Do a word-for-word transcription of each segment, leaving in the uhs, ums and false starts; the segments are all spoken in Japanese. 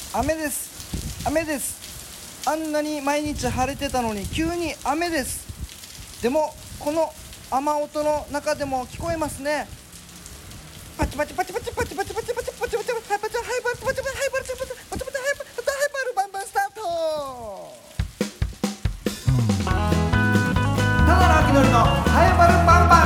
雨です。雨です。あんなに毎日晴れてたのに急に雨です。でもこの雨音の中でも聞こえますね。パチパチパチパチパチパチパチパチパチパチパチハイパチハイパチパチパチハイパチパチパチパチパチハイパチハイパルバンバンスタート。ただのあきのりのハイパルバンバ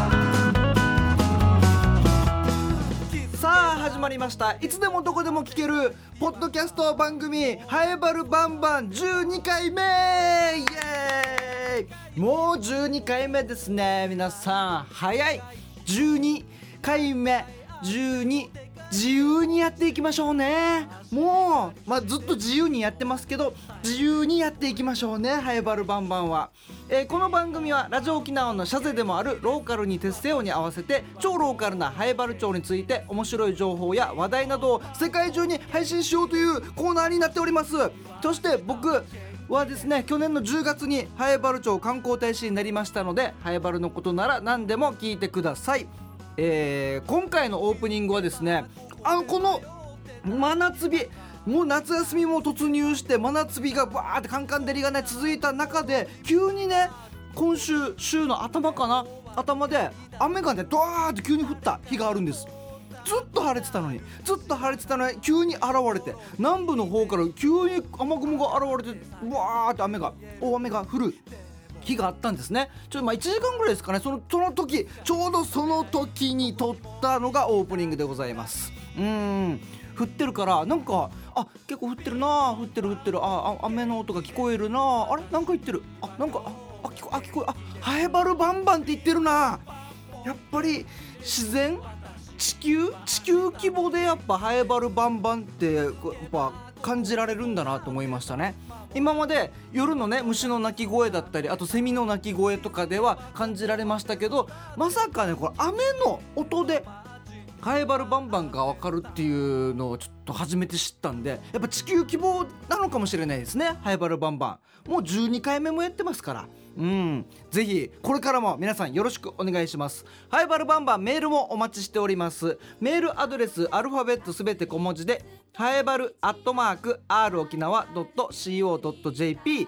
ン。さあ始まりました。いつでもどこでも聞けるポッドキャスト番組ハイバルバンバンじゅうにかいめ、イエーイ。もうじゅうにかいめですね。皆さん早い。じゅうにかいめ、じゅうに、自由にやっていきましょうね。もう、まあ、ずっと自由にやってますけど自由にやっていきましょうね。ハイバルバンバンは、えー、この番組はラジオ沖縄のシャゼでもあるローカルに徹せよに合わせて超ローカルなハイバル町について面白い情報や話題などを世界中に配信しようというコーナーになっております。そして僕はですね、去年のじゅうがつにハイバル町観光大使になりましたので、ハイバルのことなら何でも聞いてください。えー、今回のオープニングはですね、あのこの真夏日、もう夏休みも突入して真夏日がバーってカンカン照りがね続いた中で、急にね今週週の頭かな頭で雨がねドワーって急に降った日があるんです。ずっと晴れてたのにずっと晴れてたのに急に現れて、南部の方から急に雨雲が現れてわーって雨が大雨が降る日があったんですね。ちょっとまあいちじかんぐらいですかね。そのその時ちょうどその時に撮ったのがオープニングでございます。うーん降ってるからなんかあ結構降ってるな、降ってる降ってる、ああ雨の音が聞こえるな、あれなんか言ってる、あなんかああ聞こあ聞こえあハエバルバンバンって言ってるな。やっぱり自然地球地球規模でやっぱハエバルバンバンってやっぱ感じられるんだなと思いましたね。今まで夜のね虫の鳴き声だったり、あとセミの鳴き声とかでは感じられましたけど、まさかねこれ雨の音でハエバルバンバンが分かるっていうのをちょっと初めて知ったんで、やっぱ地球規模なのかもしれないですね。ハエバルバンバンもうじゅうにかいめもやってますから、うんぜひこれからも皆さんよろしくお願いします。ハイバルバンバンメールもお待ちしております。メールアドレスアルファベットすべて小文字でハエバルアットマーク r 沖縄 ドット シーオー ドット ジェーピー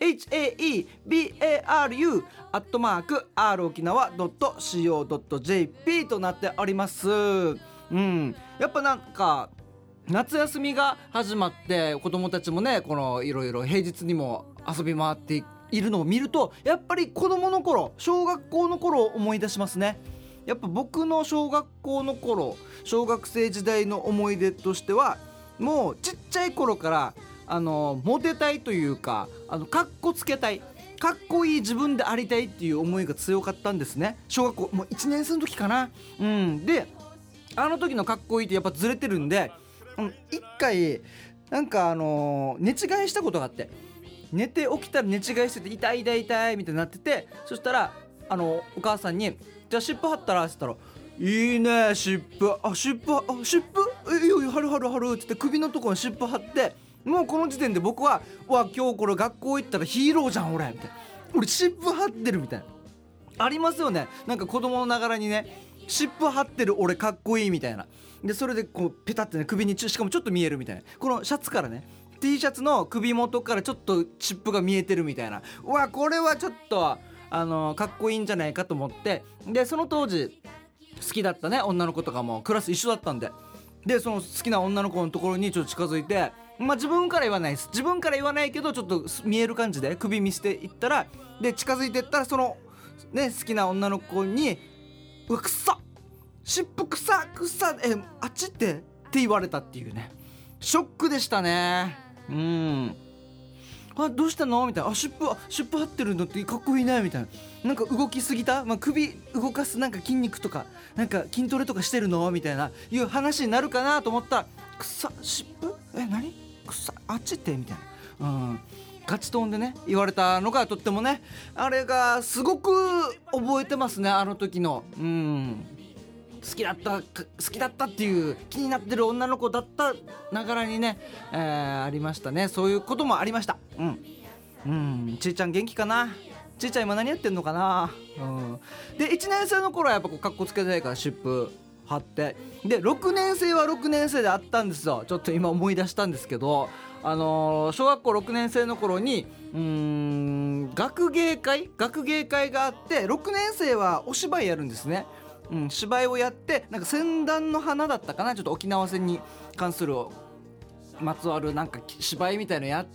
haebaru アットマーク r 沖縄 ドット シーオー ドット ジェーピー となっております。うんやっぱなんか夏休みが始まって子供たちもねこのいろいろ平日にも遊び回っているのを見ると、やっぱり子供の頃小学校の頃を思い出しますね。やっぱ僕の小学校の頃小学生時代の思い出としては、もうちっちゃい頃からあのモテたいというか、あのかっこつけたい、かっこいい自分でありたいっていう思いが強かったんですね。小学校もういちねん生の時かな。うんであの時のかっこいいってやっぱずれてるんで、うん、一回なんかあの寝違いしたことがあって、寝て起きたら寝違いしてて痛い痛い痛いみたいになってて、そしたらあのお母さんにじゃあ湿布貼ったらって言ったら、いいね湿布、あ湿布あ湿布えいいよ貼る貼る貼るって言って首のところに湿布貼って、もうこの時点で僕はわ今日これ学校行ったらヒーローじゃん俺みたいな、俺湿布貼ってるみたいなありますよね。なんか子供のながらにね湿布貼ってる俺かっこいいみたいな。でそれでこうペタってね首にしかもちょっと見えるみたいな、このシャツからね T シャツの首元からちょっと湿布が見えてるみたいな、うわこれはちょっとあのかっこいいんじゃないかと思って、でその当時好きだったね女の子とかもクラス一緒だったんで、でその好きな女の子のところにちょっと近づいて、まあ自分から言わないです自分から言わないけどちょっと見える感じで首見せていったら、で近づいていったらそのね好きな女の子にうわくっさ湿布くさくさえあっちってって言われたっていうね、ショックでしたね。うんあどうしたのみたいな、あ湿布湿布貼ってるのってかっこいいねみたいな、なんか動きすぎた、まあ、首動かすなんか筋肉とかなんか筋トレとかしてるのみたいないう話になるかなと思ったら、くさ湿布え何くさあっちってみたいな、うんガチトーンでね言われたのがとってもねあれがすごく覚えてますね。あの時のうん好きだった好きだったっていう気になってる女の子だったながらにね、えー、ありましたね。そういうこともありました。うんうんちいちゃん元気かな、ちいちゃん今何やってんのかな。うんでいちねん生の頃はやっぱこうかっこつけたいから湿布貼って、でろくねん生はろくねん生であったんですよ。ちょっと今思い出したんですけど、あのー、小学校ろくねん生の頃にうーん学芸会学芸会があって、ろくねん生はお芝居やるんですね。うん、芝居をやって、なんか船団の花だったかな、ちょっと沖縄戦に関するまつわるなんか芝居みたいのやって、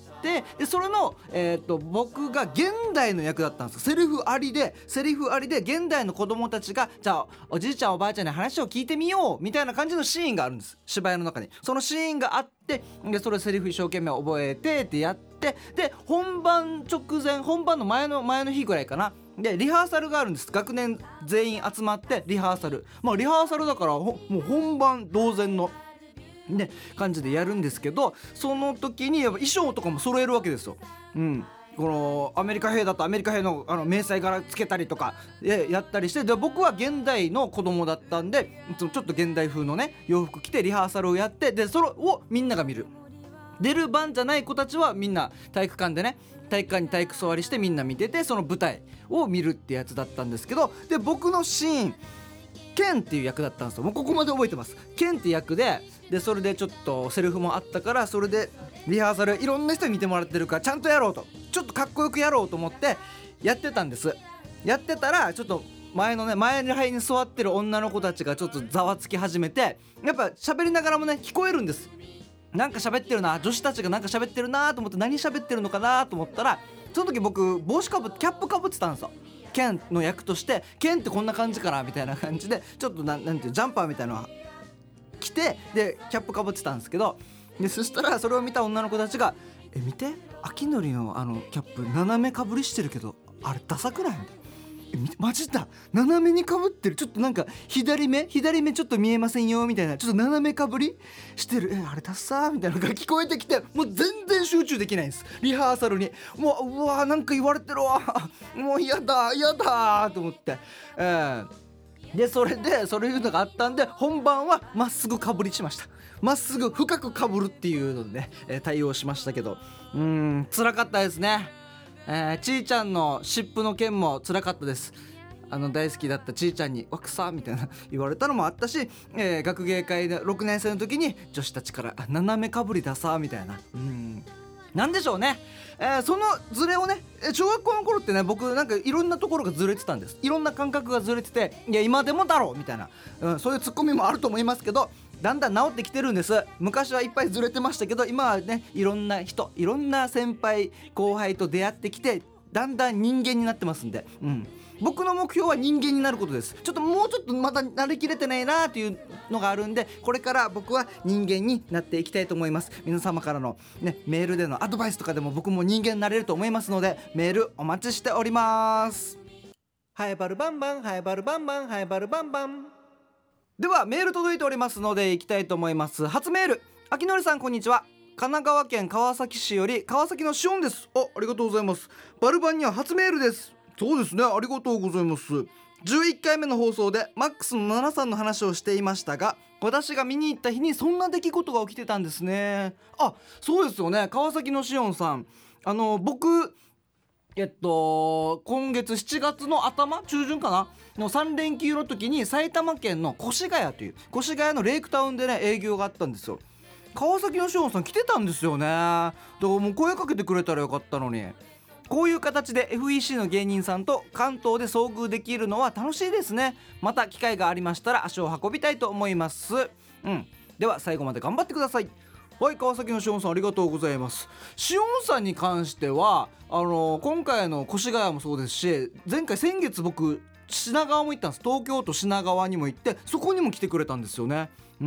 でそれの、えー、と僕が現代の役だったんですよ。セリフありでセリフありで現代の子供たちが、じゃあおじいちゃんおばあちゃんに話を聞いてみようみたいな感じのシーンがあるんです、芝居の中に。そのシーンがあって、でそれセリフ一生懸命覚えてってやって、で本番直前本番の前の前の日ぐらいかな、でリハーサルがあるんです。学年全員集まってリハーサル、まあリハーサルだからもう本番同然のね感じでやるんですけど、その時にやっぱ衣装とかも揃えるわけですよ。うん、このアメリカ兵だとアメリカ兵のあの迷彩柄つけたりとかでやったりして、で僕は現代の子供だったんで、ちょっと現代風のね洋服着てリハーサルをやって、でそれをみんなが見る。出る番じゃない子たちはみんな体育館でね、体育館に体育座りしてみんな見てて、その舞台を見るってやつだったんですけど、で僕のシーンケンっていう役だったんですよ。もうここまで覚えてます。ケンって役で、でそれでちょっとセリフもあったから、それでリハーサルいろんな人に見てもらってるからちゃんとやろうと、ちょっとかっこよくやろうと思ってやってたんです。やってたらちょっと前のね前の排に座ってる女の子たちがちょっとざわつき始めて、やっぱ喋りながらもね聞こえるんです。なんか喋ってるな、女子たちがなんか喋ってるなと思って、何喋ってるのかなと思ったら、その時僕帽子かぶってキャップかぶってたんですよ。ケンの役として、ケンってこんな感じかなみたいな感じで、ちょっとななんていうジャンパーみたいなのが着て、でキャップかぶってたんですけど、でそしたらそれを見た女の子たちが「え見て、秋のりのあのキャップ斜めかぶりしてるけどあれダサくない？」みたいな。えマジだ、斜めにかぶってる、ちょっとなんか左目左目ちょっと見えませんよみたいな、ちょっと斜めかぶりしてる、えあれダッサーみたいなのが聞こえてきて、もう全然集中できないんです、リハーサルに。もううわーなんか言われてるわもう嫌だ嫌だと思って、えー、でそれでそういうのがあったんで、本番はまっすぐかぶりしました。まっすぐ深くかぶるっていうのでね、えー、対応しましたけど、うーん辛かったですね。えー、ちーちゃんの湿布の件も辛かったです。あの大好きだったちーちゃんにわくさみたいな言われたのもあったし、えー、学芸会でろくねん生の時に女子たちから斜めかぶりださみたいな、うんなんでしょうね、えー、そのズレをね小学校の頃ってね、僕なんかいろんなところがずれてたんです。いろんな感覚がずれてて、いや今でもだろうみたいな、うん、そういうツッコミもあると思いますけど、だんだん治ってきてるんです。昔はいっぱいずれてましたけど、今はねいろんな人いろんな先輩後輩と出会ってきて、だんだん人間になってますんで、うん、僕の目標は人間になることです。ちょっともうちょっとまだ慣れきれてないなというのがあるんで、これから僕は人間になっていきたいと思います。皆様からの、ね、メールでのアドバイスとかでも僕も人間になれると思いますので、メールお待ちしております。ハエバルバンバンハエバルバンバンハエバルバンバン。ではメール届いておりますのでいきたいと思います。初メール、秋のりさんこんにちは。神奈川県川崎市より川崎のしおんです。あ、ありがとうございます。バルバンには初メールです。そうですね、ありがとうございます。じゅういっかいめの放送でマックスのななさんの話をしていましたが、私が見に行った日にそんな出来事が起きてたんですね。あ、そうですよね、川崎のしおんさん、あの僕えっと今月しちがつの頭中旬かなのさん連休の時に埼玉県の越谷という越谷のレイクタウンでね営業があったんですよ。川崎のしおんさん来てたんですよね。だからもう声かけてくれたらよかったのに。こういう形で エフイーシー の芸人さんと関東で遭遇できるのは楽しいですね。また機会がありましたら足を運びたいと思います。うん、では最後まで頑張ってください。はい、川崎のしおんさんありがとうございます。しおんさんに関してはあの今回の越谷もそうですし、前回先月僕品川も行ったんです。東京都品川にも行って、そこにも来てくれたんですよね。うん、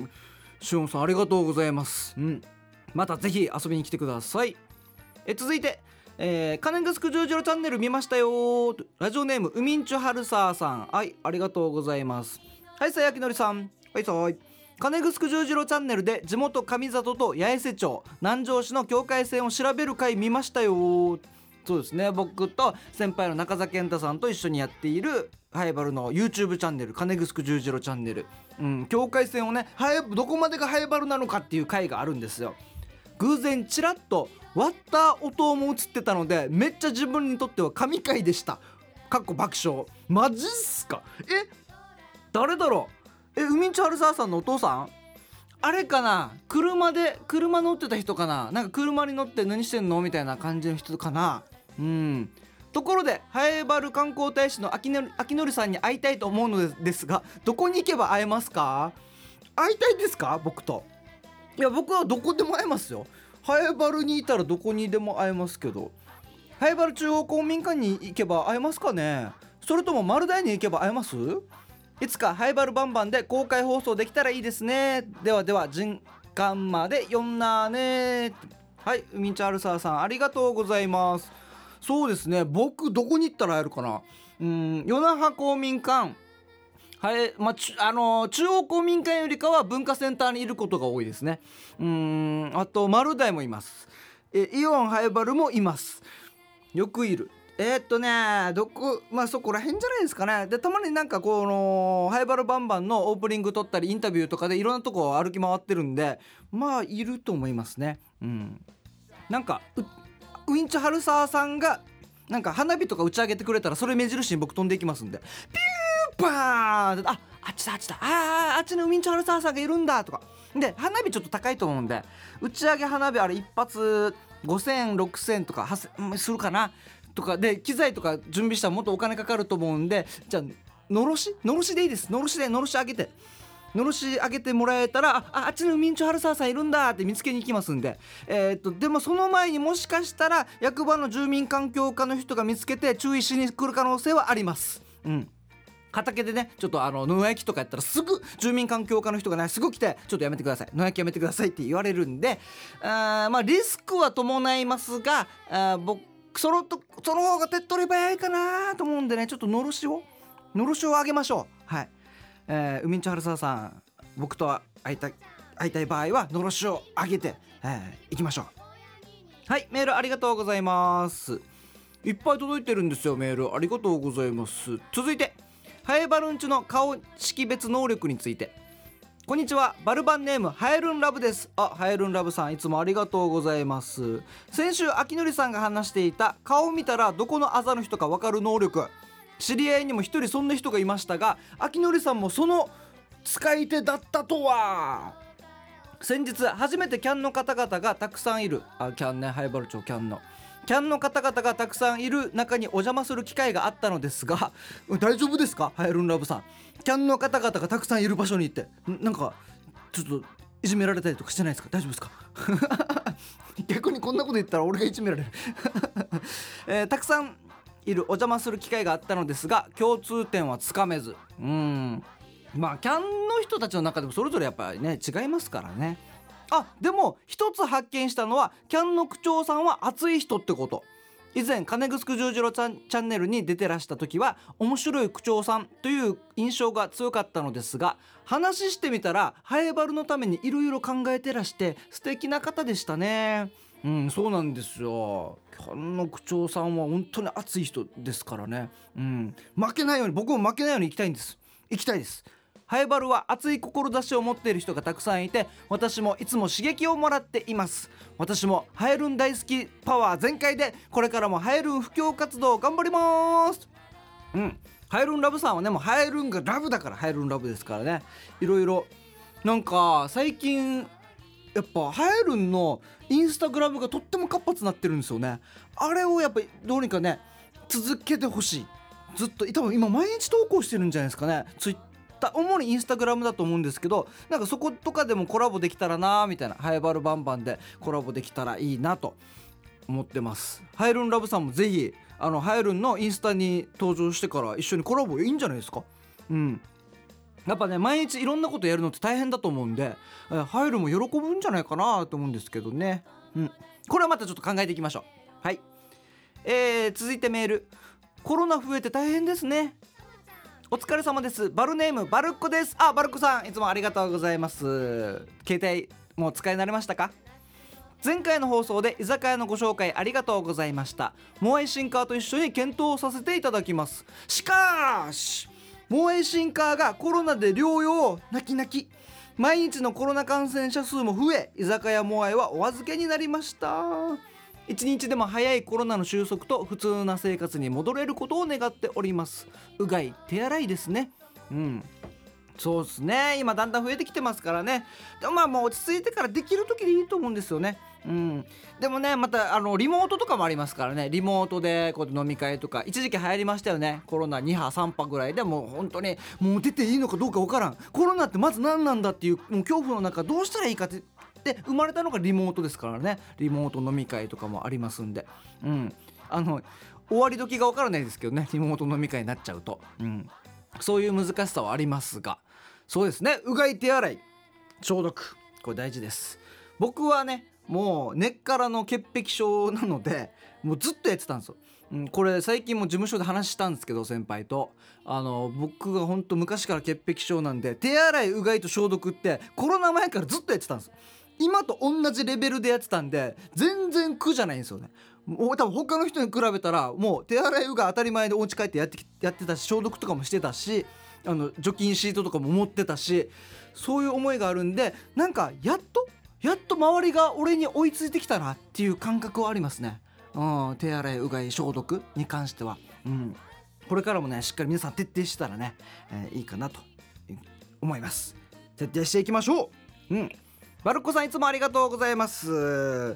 しおんさんありがとうございます。うん、またぜひ遊びに来てください。え続いて、えー、金グスクじゅうじろチャンネル見ましたよ。ラジオネームウミンチュハルサーさん、はいありがとうございます。はい、さやきのりさん、はいさーい。金グスク十字路チャンネルで地元上里と八重瀬町南城市の境界線を調べる回見ましたよ。そうですね、僕と先輩の中澤健太さんと一緒にやっているハイバルの YouTube チャンネル金グスク十字路チャンネル、うん、境界線をねハイどこまでがハイバルなのかっていう回があるんですよ。偶然チラッと割った音も映ってたので、めっちゃ自分にとっては神回でした。かっこ爆笑。マジっすか。え誰だろう。 えウミンチュ春沢さんのお父さんあれかな、車で車乗ってた人かな、なんか車に乗って何してんのみたいな感じの人かな。うん。ところでハエバル観光大使の秋の秋のりさんに会いたいと思うのですですが、どこに行けば会えますか？会いたいですか？僕と。いや僕はどこでも会えますよ。ハエバルにいたらどこにでも会えますけど、ハエバル中央公民館に行けば会えますかね。それとも丸大に行けば会えます？いつかハエバルバンバンで公開放送できたらいいですね。ではでは人間までよんなーね。はい、ウミンチャールサーさんありがとうございます。そうですね、僕どこに行ったら会えるかな。うーん、与那覇公民館、はい、まあ、ちあのー中央公民館よりかは文化センターにいることが多いですね。うーん、あと丸大もいます。えイオンハエバルもいます。よくいる。えー、っとねどこまあそこら辺じゃないですかね。でたまになんかこのハイバルバンバンのオープニング撮ったりインタビューとかでいろんなとこを歩き回ってるんで、まあいると思いますね。うん。なんかウウィンチュ春沢さんがなんか花火とか打ち上げてくれたらそれ目印に僕飛んでいきますんで、ピューバーン、ああっちだあっちだ、あーあっちのウィンチュ春沢さんがいるんだとかで、花火ちょっと高いと思うんで打ち上げ花火あれ一発ごせんろくせんとかはっせんするかなとかで、機材とか準備したらもっとお金かかると思うんで、じゃあのろしのろしでいいです。のろしでのろし上げてのろし上げてもらえたら、ああっちのミンチョハルサーさんいるんだって見つけに行きますんで、えー、っとでもその前にもしかしたら役場の住民環境課の人が見つけて注意しに来る可能性はあります。うん。畑でねちょっとあの野焼きとかやったらすぐ住民環境課の人がねすぐ来て、ちょっとやめてください、野焼きやめてくださいって言われるんで、あまあリスクは伴いますが、あ僕そのとその方が手っ取り早いかなと思うんでね、ちょっとのろしをのろしをあげましょう。はい、えー、ウミンチョハルサーさん、僕と会いたい会いたい場合はのろしをあげて、えー、行きましょう。はい、メールありがとうございます。いっぱい届いてるんですよ、メールありがとうございます。続いてハエバルンチュの顔識別能力について。こんにちは、バルバンネームハエルンラブです。あ、ハエルンラブさんいつもありがとうございます。先週秋のりさんが話していた顔を見たらどこのあざの人か分かる能力、知り合いにも一人そんな人がいましたが、秋のりさんもその使い手だったとは。先日初めてキャンの方々がたくさんいる、あキャンね、ハエバル町キャンのキャンの方々がたくさんいる中にお邪魔する機会があったのですが、大丈夫ですかハエルンラブさん、キャンの方々がたくさんいる場所に行ってなんかちょっといじめられたりとかしてないですか？大丈夫ですか？逆にこんなこと言ったら俺がいじめられる、えー、たくさんいるお邪魔する機会があったのですが共通点はつかめず、うーんまあキャンの人たちの中でもそれぞれやっぱりね違いますからね。あ、でも一つ発見したのはキャンの区長さんは熱い人ってこと。以前金城十字路チャンチャンネルに出てらした時は面白い区長さんという印象が強かったのですが、話してみたらハエバルのためにいろいろ考えてらして素敵な方でしたね。うん、そうなんですよ。キャンの区長さんは本当に熱い人ですからね。うん、負けないように僕も負けないように行きたいんです行きたいです。ハエバルは熱い志を持っている人がたくさんいて、私もいつも刺激をもらっています。私もハエルン大好きパワー全開でこれからもハエルン布教活動頑張ります。うん、ハエルンラブさんはねもうハエルンがラブだからハエルンラブですからね。いろいろなんか最近やっぱハエルンのインスタグラムがとっても活発になってるんですよね。あれをやっぱりどうにかね続けてほしい。ずっと多分今毎日投稿してるんじゃないですかね。ツイッター主にインスタグラムだと思うんですけど、なんかそことかでもコラボできたらなみたいな、ハエバルバンバンでコラボできたらいいなと思ってます。ハエルンラブさんもぜひあのハエルンのインスタに登場してから一緒にコラボいいんじゃないですか。うん、やっぱね毎日いろんなことやるのって大変だと思うんで、えハエルンも喜ぶんじゃないかなと思うんですけどね。うん、これはまたちょっと考えていきましょう。はい、えー、続いてメール。コロナ増えて大変ですね。お疲れ様です。バルネームバルッコです。あ、バルッコさんいつもありがとうございます。携帯もう使い慣れましたか？前回の放送で居酒屋のご紹介ありがとうございました。モアイシンカーと一緒に検討させていただきます。しかしモアイシンカーがコロナで療養泣き泣き、毎日のコロナ感染者数も増え、居酒屋モアイはお預けになりました。一日でも早いコロナの収束と普通な生活に戻れることを願っております。うがい手洗いですね。うん、 そうですね、今だんだん増えてきてますからね。でもまあもう落ち着いてからできる時でいいと思うんですよね。うん、でもねまたあのリモートとかもありますからね。リモートでこう飲み会とか一時期流行りましたよね。コロナに波さん波ぐらいでもう本当にもう出ていいのかどうかわからん、コロナってまず何なんだっていうもう恐怖の中どうしたらいいかってで生まれたのがリモートですからね。リモート飲み会とかもありますんで、うん、あの終わり時がわからないですけどね、リモート飲み会になっちゃうと、うん、そういう難しさはありますが、そうですね、うがい手洗い消毒これ大事です。僕はねもう根っからの潔癖症なのでもうずっとやってたんですよ、うん、これ最近も事務所で話したんですけど先輩とあの僕が本当昔から潔癖症なんで手洗いうがいと消毒ってコロナ前からずっとやってたんです。今と同じレベルでやってたんで全然苦じゃないんですよね。もう多分他の人に比べたらもう手洗いうがい当たり前でお家帰ってやってきやってたし消毒とかもしてたしあの除菌シートとかも持ってたしそういう思いがあるんでなんかやっとやっと周りが俺に追いついてきたなっていう感覚はありますね、うん、手洗いうがい消毒に関しては、うん、これからもねしっかり皆さん徹底したらね、えー、いいかなと思います。徹底していきましょう。うんバルコさんいつもありがとうございます。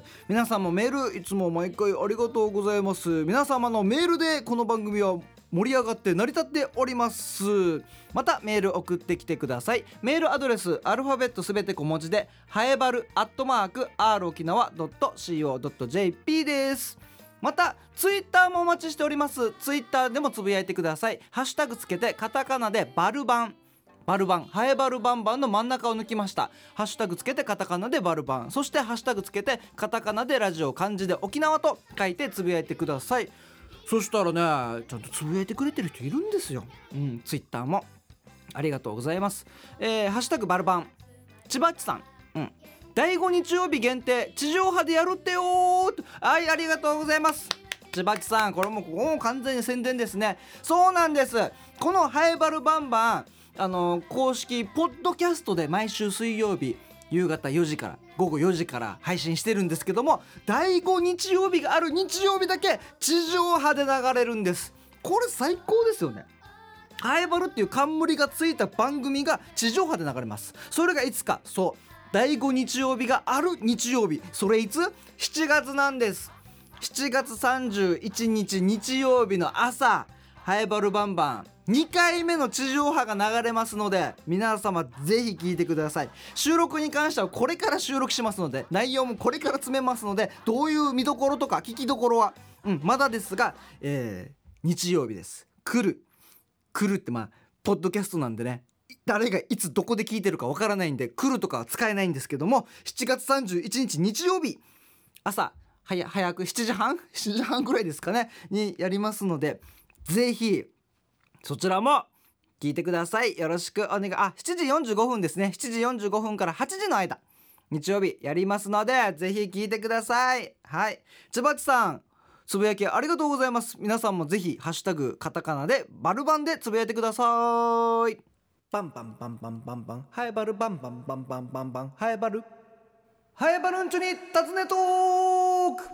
皆さんもメールいつも毎回ありがとうございます。皆様のメールでこの番組は盛り上がって成り立っております。またメール送ってきてください。メールアドレスアルファベットすべて小文字ではえばるアットマーク アール 沖縄 ドット シーオー ドット ジェーピー です。またツイッターもお待ちしております。ツイッターでもつぶやいてください。ハッシュタグつけてカタカナでバルバンバルバンハエバルバンバンの真ん中を抜きました。ハッシュタグつけてカタカナでバルバンそしてハッシュタグつけてカタカナでラジオ漢字で沖縄と書いてつぶやいてください。そしたらねちゃんとつぶやいてくれてる人いるんですよ、うん、ツイッターもありがとうございます。えー、ハッシュタグバルバン千葉っちさん、うん、だいご日曜日限定地上波でやるってよーはいありがとうございます。千葉っちさんこれもここも完全に宣伝ですね。そうなんです。このハエバルバンバンあの公式ポッドキャストで毎週水曜日夕方よじからごごよじから配信してるんですけどもだいご日曜日がある日曜日だけ地上波で流れるんです。これ最高ですよね。ハエバルっていう冠がついた番組が地上波で流れます。それがいつかそうだいご日曜日がある日曜日それいつしちがつなんです。しちがつさんじゅういちにち日曜日の朝ハエバルバンバンにかいめの地上波が流れますので皆様ぜひ聞いてください。収録に関してはこれから収録しますので内容もこれから詰めますのでどういう見どころとか聞きどころは、うん、まだですが、えー、日曜日です。来る来るってまあポッドキャストなんでね誰がいつどこで聞いてるかわからないんで来るとかは使えないんですけどもしちがつさんじゅういちにち日曜日朝はや早くしちじはんしちじはんぐらいですかねにやりますのでぜひそちらも聞いてください。よろしくお願いあしちじよんじゅうごふんですね。しちじよんじゅうごふんからはちじの間日曜日やりますのでぜひ聞いてください。はい千葉っちさんつぶやきありがとうございます。皆さんもぜひハッシュタグカタカナでバルバンでつぶやいてください。バンバンバンバンバンバンハエバルバンバンバンバンバンバンハエバルハエバルンチョに尋ねトーク。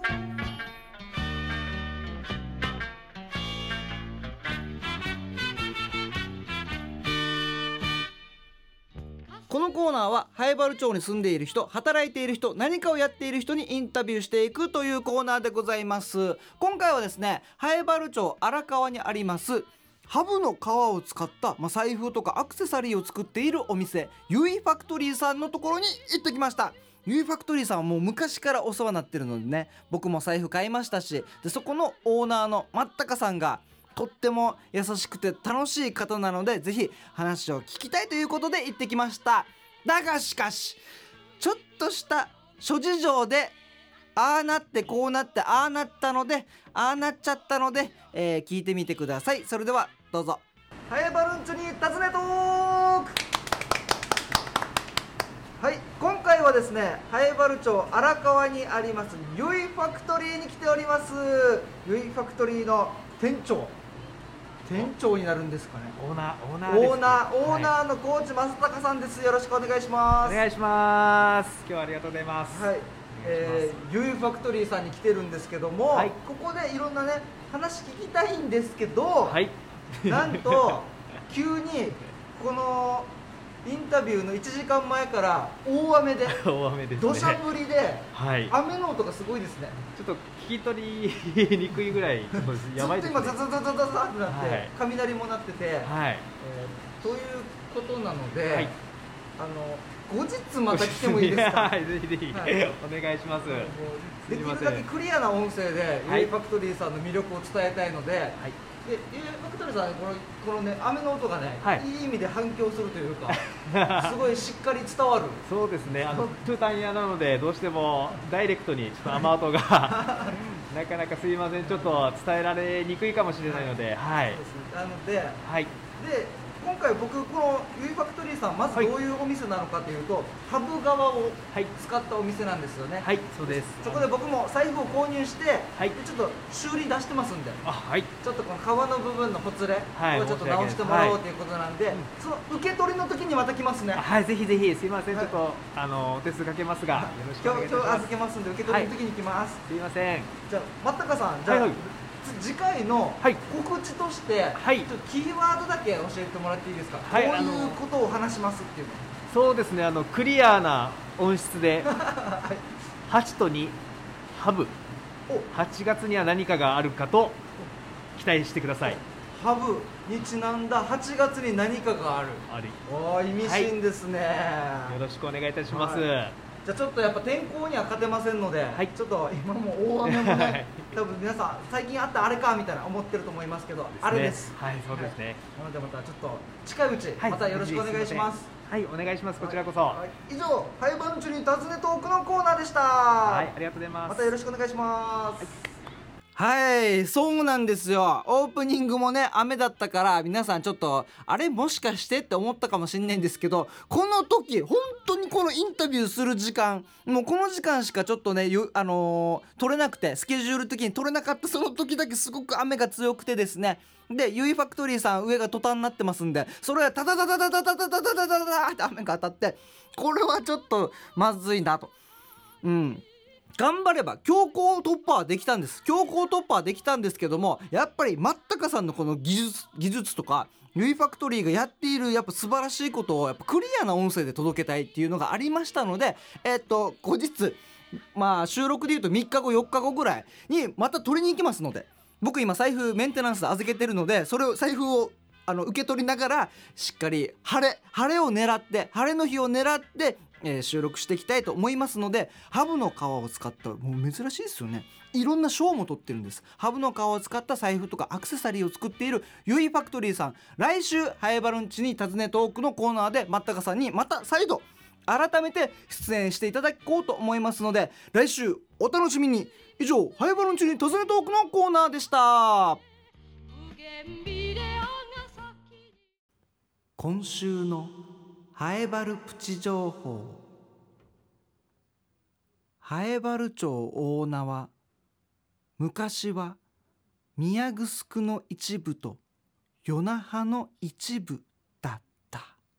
このコーナーは南風原町に住んでいる人働いている人何かをやっている人にインタビューしていくというコーナーでございます。今回はですね南風原町荒川にありますハブの皮を使った、まあ、財布とかアクセサリーを作っているお店ユイファクトリーさんのところに行ってきました。ユイファクトリーさんはもう昔からお世話になってるのでね僕も財布買いましたしでそこのオーナーのまったかさんがとっても優しくて楽しい方なのでぜひ話を聞きたいということで行ってきました。だがしかしちょっとした諸事情でああなってこうなってああなったのでああなっちゃったので、えー、聞いてみてください。それではどうぞ。ハエバルンチョに尋ねトーク。はい、今回はですね南風原町荒川にありますユイファクトリーに来ております。ユイファクトリーの店長店長になるんですかね。 オーナーオーナーです、ね、 オーナーオーナーの高知正隆さんです。よろしくお願いします。 お願いします。今日はありがとうございます。 はい、えー、ユイファクトリーさんに来てるんですけども、はい、ここでいろんなね話聞きたいんですけど、はい、なんと急にこのインタビューのいちじかんまえから大雨で大雨ですね。 土砂降りで、 はい、 雨の音がすごいですね。 ちょっと聞き取りにくいぐらいちょっとやばいですね。 ずっと今ザザザザザザってなって、はい、雷も鳴ってて、はい、えー、ということなので、はい、あの後日また来てもいいですか？ はい、ぜひぜひ、はい、お願いします。 できるだけクリアな音声で、はい、ユイファクトリーさんの魅力を伝えたいので、はい、でユイファクトリーさんこのこのね雨の音がね、はい、いい意味で反響するというかすごいしっかり伝わる。 そうですね、あのトゥータン屋なのでどうしてもダイレクトにちょっと雨音がなかなかすいません、ちょっと伝えられにくいかもしれないので、はい、そうですね、 なので、 はい、 で今回僕このユイファクトリーさんまずどういうお店なのかというと、はい、ハブ側を使ったお店なんですよね。 はい、そうです。 そこで僕も財布を購入して、はい、でちょっと修理出してますんで、あ、はい、ちょっとこの革の部分のほつれをちょっと直してもらおうということなんで、はい、その受け取りの時にまた来ますね。 はい、ぜひぜひ、すいません、はい、ちょっとあのお手数かけますが、よろしくお願いします。 今日預けますんで受け取りの時に来ます。 はい、すいません。 じゃあ松高さん、じゃあ、はいはい、次回の告知として、はい、ちょっとキーワードだけ教えてもらっていいですか？はい、どういうことを話しますっていうの。 そうですね、あのクリアな音質で、はい、はちとにハブ、はちがつには何かがあるかと期待してください。 ハブにちなんだはちがつに何かがある。 あり。 おー、意味深ですね、 はい、よろしくお願いいたします。はい、 じゃあちょっとやっぱ天候には勝てませんので、はい、ちょっと今も大雨もね多分皆さん最近あったあれかみたいな思ってると思いますけど、ね、あれです。 はい、そうですね、はい、 なのでまたちょっと近いうちまたよろしくお願いします。 はい、お願いします。こちらこそ。 はい、以上、ハイバンチュに尋ねトークのコーナーでした。 はい、ありがとうございます。 またよろしくお願いします。はい、はい、そうなんですよ。オープニングもね雨だったから皆さんちょっとあれもしかしてって思ったかもしれないんですけど、この時本当にこのインタビューする時間、もうこの時間しかちょっとねあのー、取れなくて、スケジュール的に取れなかったその時だけすごく雨が強くてですね、でユイファクトリーさん上がトタンになってますんで、それがタタタタタタタタタタタタタって雨が当たって、これはちょっとまずいなと。うん、頑張れば強行突破はできたんです。強行突破はできたんですけども、やっぱり松高さんのこの技術技術とかユイファクトリーがやっているやっぱ素晴らしいことをやっぱクリアな音声で届けたいっていうのがありましたので、えっと後日まあ収録でいうとみっかごよっかごぐらいにまた取りに行きますので、僕今財布メンテナンスで預けてるので、それを財布をあの受け取りながらしっかり晴れ晴れを狙って晴れの日を狙って、えー、収録していきたいと思いますので、ハブの皮を使った、もう珍しいですよね、いろんな賞も取ってるんです。ハブの皮を使った財布とかアクセサリーを作っているユイファクトリーさん、来週ハエバルンチに尋ねトークのコーナーで松高さんにまた再度改めて出演していただこうと思いますので、来週お楽しみに。以上、ハエバルンチに尋ねトークのコーナーでした。今週のハエバルプチ情報。ハエバル町大名は昔は宮城の一部と与那覇の一部だった。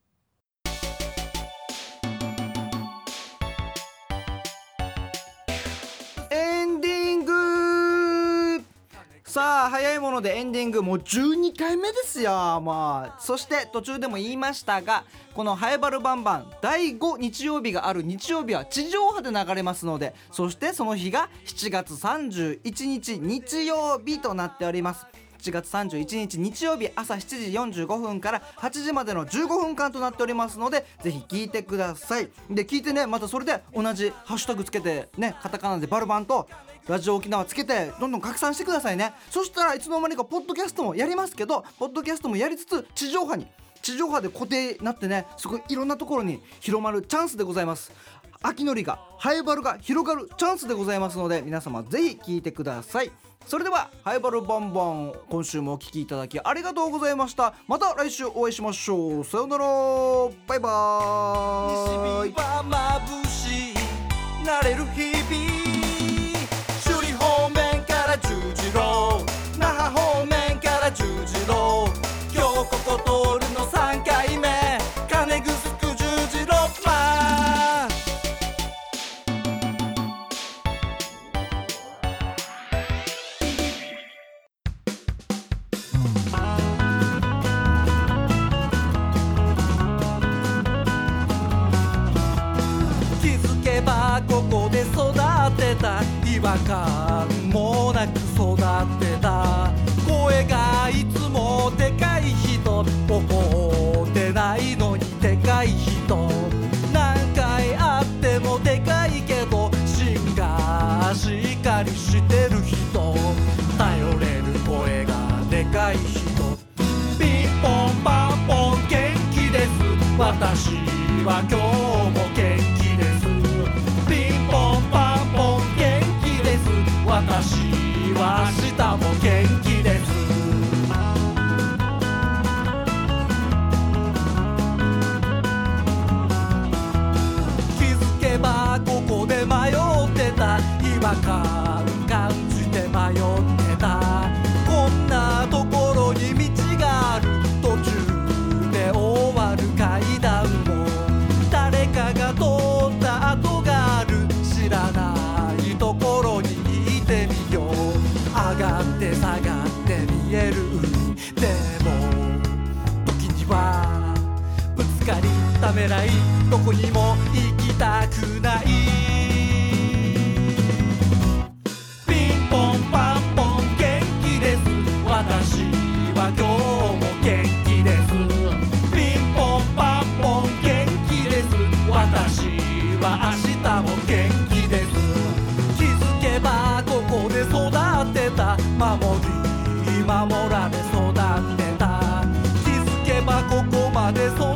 エンディング。さあ早いものでエンディングもうじゅうにかいめですよ。まあそして途中でも言いましたが、このハエバルバンバンだいご日曜日がある日曜日は地上波で流れますので、そしてその日がしちがつさんじゅういちにち日曜日となっております。しちがつさんじゅういちにち日曜日朝しちじよんじゅうごふんからはちじまでのじゅうごふんかんとなっておりますので、ぜひ聞いてください。で聞いてね、またそれで同じハッシュタグつけてね、カタカナでバルバンとラジオ沖縄つけてどんどん拡散してくださいね。そしたらいつの間にかポッドキャストもやりますけど、ポッドキャストもやりつつ地上波に地上波で固定になってね、すごいいろんなところに広まるチャンスでございます。秋のりがハエバルが広がるチャンスでございますので、皆様ぜひ聞いてください。それではハエバルバンバン、今週もお聞きいただきありがとうございました。また来週お会いしましょう。さよなら、バイバーイ。西日は眩しいなれる日々、首里方面から十字路、那覇方面から十字路、今日ここ通るのさんかいめ、金具すく十字路まばここで育てた、違和感もなく育ってた。声がいつもでかい人、怒ってないのにでかい人、何回会ってもでかいけど芯がしっかりしてる人、頼れる声がでかい人。ピンポンパンポン元気です、私は今日も元気です。ピンポンパンポン元気です、私は明日も元気です。気づけばここで迷ってた、違和感感じて迷ってた。こんなところに道がある、途中で終わる階段も誰かが通った跡がある。知らないところに行ってみよう、上がって下がって見える海。でも時にはぶつかりためらい、どこにも行きたくない。ピンポンパンポン元気です、私は今日も元気です。ピンポンパンポン元気です、私は明日も元気です。気づけばここで育ってた、守り守られ育ってた。気づけばここまで育